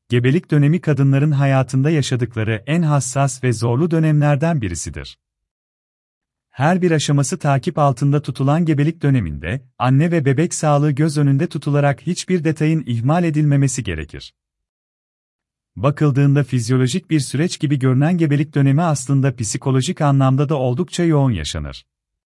Gebelik dönemi kadınların hayatında yaşadıkları en hassas ve zorlu dönemlerden birisidir. Her bir aşaması takip altında tutulan gebelik döneminde, anne ve bebek sağlığı göz önünde tutularak hiçbir detayın ihmal edilmemesi gerekir. Bakıldığında fizyolojik bir süreç gibi görünen gebelik dönemi aslında psikolojik anlamda da oldukça yoğun yaşanır.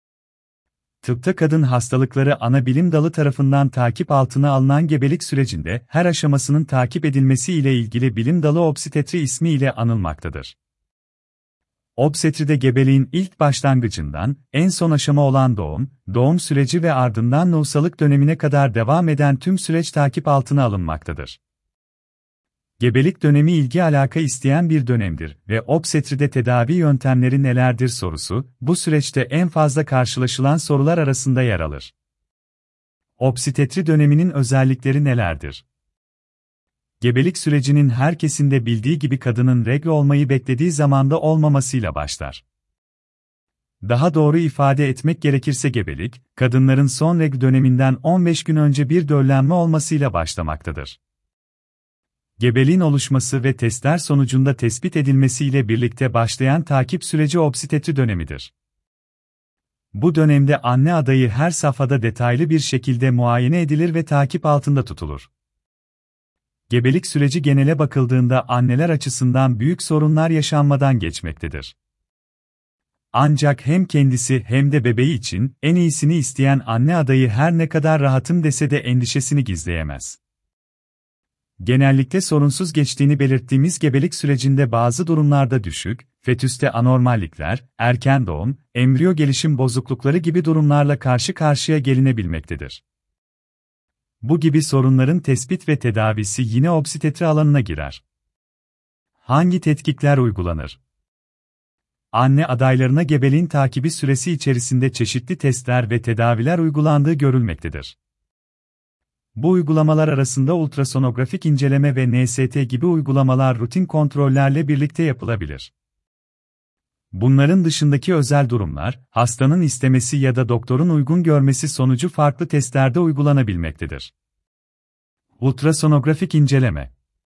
Tıpta kadın hastalıkları ana bilim dalı tarafından takip altına alınan gebelik sürecinde her aşamasının takip edilmesi ile ilgili bilim dalı obstetri ismi ile anılmaktadır. Obstetride gebeliğin ilk başlangıcından en son aşama olan doğum süreci ve ardından nüfusalık dönemine kadar devam eden tüm süreç takip altına alınmaktadır. Gebelik dönemi ilgi alaka isteyen bir dönemdir ve obstetride tedavi yöntemleri nelerdir sorusu, bu süreçte en fazla karşılaşılan sorular arasında yer alır. Obstetri döneminin özellikleri nelerdir? Gebelik sürecinin herkesin de bildiği gibi kadının regl olmayı beklediği zamanda olmamasıyla başlar. Daha doğru ifade etmek gerekirse gebelik, kadınların son regl döneminden 15 gün önce bir döllenme olmasıyla başlamaktadır. Gebeliğin oluşması ve testler sonucunda tespit edilmesiyle birlikte başlayan takip süreci obstetri dönemidir. Bu dönemde anne adayı her safhada detaylı bir şekilde muayene edilir ve takip altında tutulur. Gebelik süreci genele bakıldığında anneler açısından büyük sorunlar yaşanmadan geçmektedir. Ancak hem kendisi hem de bebeği için en iyisini isteyen anne adayı her ne kadar rahatım dese de endişesini gizleyemez. Genellikle sorunsuz geçtiğini belirttiğimiz gebelik sürecinde bazı durumlarda düşük, fetüste anormallikler, erken doğum, embriyo gelişim bozuklukları gibi durumlarla karşı karşıya gelinebilmektedir. Bu gibi sorunların tespit ve tedavisi yine obstetri alanına girer. Hangi tetkikler uygulanır? Anne adaylarına gebeliğin takibi süresi içerisinde çeşitli testler ve tedaviler uygulandığı görülmektedir. Bu uygulamalar arasında ultrasonografik inceleme ve NST gibi uygulamalar rutin kontrollerle birlikte yapılabilir. Bunların dışındaki özel durumlar, hastanın istemesi ya da doktorun uygun görmesi sonucu farklı testlerde uygulanabilmektedir. Ultrasonografik inceleme.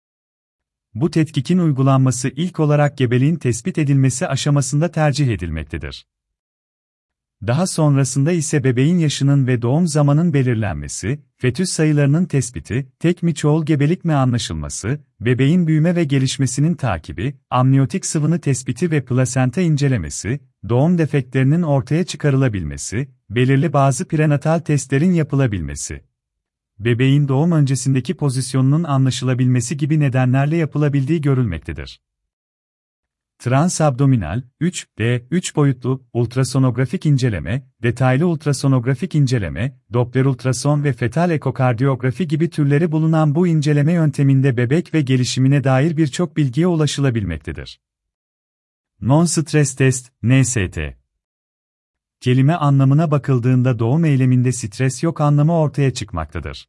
Bu tetkikin uygulanması ilk olarak gebeliğin tespit edilmesi aşamasında tercih edilmektedir. Daha sonrasında ise bebeğin yaşının ve doğum zamanının belirlenmesi, fetüs sayılarının tespiti, tek mi çoğul gebelik mi anlaşılması, bebeğin büyüme ve gelişmesinin takibi, amniyotik sıvının tespiti ve plasenta incelemesi, doğum defektlerinin ortaya çıkarılabilmesi, belirli bazı prenatal testlerin yapılabilmesi, bebeğin doğum öncesindeki pozisyonunun anlaşılabilmesi gibi nedenlerle yapılabildiği görülmektedir. Transabdominal, 3D, 3 boyutlu, ultrasonografik inceleme, detaylı ultrasonografik inceleme, Doppler ultrason ve fetal ekokardiyografi gibi türleri bulunan bu inceleme yönteminde bebek ve gelişimine dair birçok bilgiye ulaşılabilmektedir. Non-stres test, NST. Kelime anlamına bakıldığında doğum eyleminde stres yok anlamı ortaya çıkmaktadır.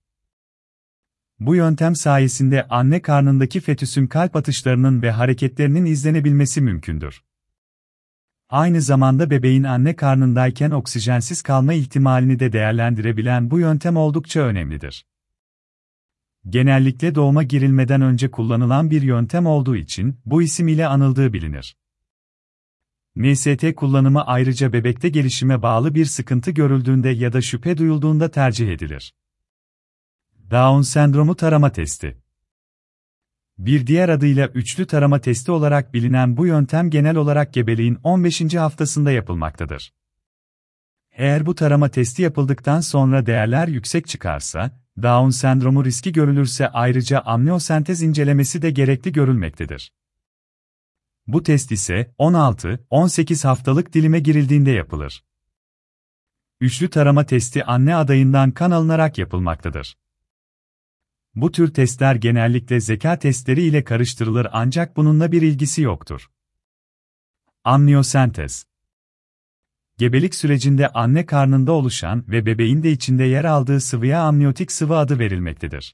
Bu yöntem sayesinde anne karnındaki fetüsün kalp atışlarının ve hareketlerinin izlenebilmesi mümkündür. Aynı zamanda bebeğin anne karnındayken oksijensiz kalma ihtimalini de değerlendirebilen bu yöntem oldukça önemlidir. Genellikle doğuma girilmeden önce kullanılan bir yöntem olduğu için bu isim ile anıldığı bilinir. NST kullanımı ayrıca bebekte gelişime bağlı bir sıkıntı görüldüğünde ya da şüphe duyulduğunda tercih edilir. Down sendromu tarama testi. Bir diğer adıyla üçlü tarama testi olarak bilinen bu yöntem genel olarak gebeliğin 15. haftasında yapılmaktadır. Eğer bu tarama testi yapıldıktan sonra değerler yüksek çıkarsa, Down sendromu riski görülürse ayrıca amniyosentez incelemesi de gerekli görülmektedir. Bu test ise 16-18 haftalık dilime girildiğinde yapılır. Üçlü tarama testi anne adayından kan alınarak yapılmaktadır. Bu tür testler genellikle zeka testleri ile karıştırılır ancak bununla bir ilgisi yoktur. Amniyosentez. Gebelik sürecinde anne karnında oluşan ve bebeğin de içinde yer aldığı sıvıya amniyotik sıvı adı verilmektedir.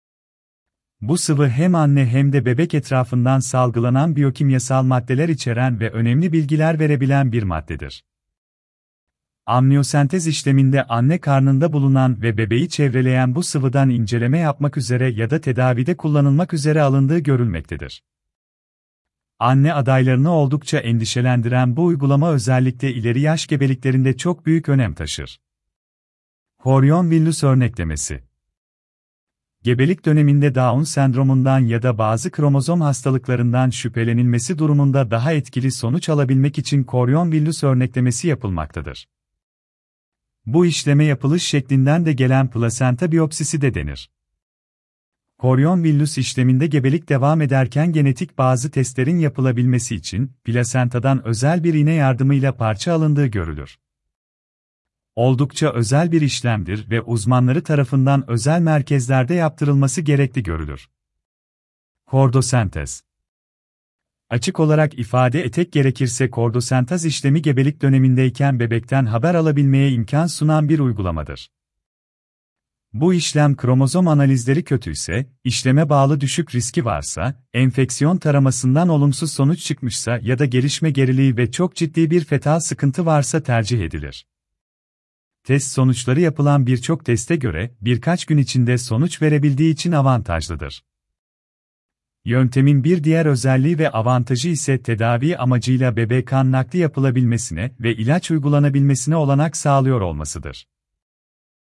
Bu sıvı hem anne hem de bebek etrafından salgılanan biyokimyasal maddeler içeren ve önemli bilgiler verebilen bir maddedir. Amniyosentez işleminde anne karnında bulunan ve bebeği çevreleyen bu sıvıdan inceleme yapmak üzere ya da tedavide kullanılmak üzere alındığı görülmektedir. Anne adaylarını oldukça endişelendiren bu uygulama özellikle ileri yaş gebeliklerinde çok büyük önem taşır. Coriolan-Willis örneklemesi. Gebelik döneminde Down sendromundan ya da bazı kromozom hastalıklarından şüphelenilmesi durumunda daha etkili sonuç alabilmek için Coriolan-Willis örneklemesi yapılmaktadır. Bu işleme yapılış şeklinden de gelen plasenta biyopsisi de denir. Coriolan-Willis işleminde gebelik devam ederken genetik bazı testlerin yapılabilmesi için plasentadan özel bir iğne yardımıyla parça alındığı görülür. Oldukça özel bir işlemdir ve uzmanları tarafından özel merkezlerde yaptırılması gerekli görülür. Kordosentez. Açık olarak ifade etmek gerekirse kordosentez işlemi gebelik dönemindeyken bebekten haber alabilmeye imkan sunan bir uygulamadır. Bu işlem kromozom analizleri kötüyse, işleme bağlı düşük riski varsa, enfeksiyon taramasından olumsuz sonuç çıkmışsa ya da gelişme geriliği ve çok ciddi bir fetal sıkıntı varsa tercih edilir. Test sonuçları yapılan birçok teste göre birkaç gün içinde sonuç verebildiği için avantajlıdır. Yöntemin bir diğer özelliği ve avantajı ise tedavi amacıyla bebek kan nakli yapılabilmesine ve ilaç uygulanabilmesine olanak sağlıyor olmasıdır.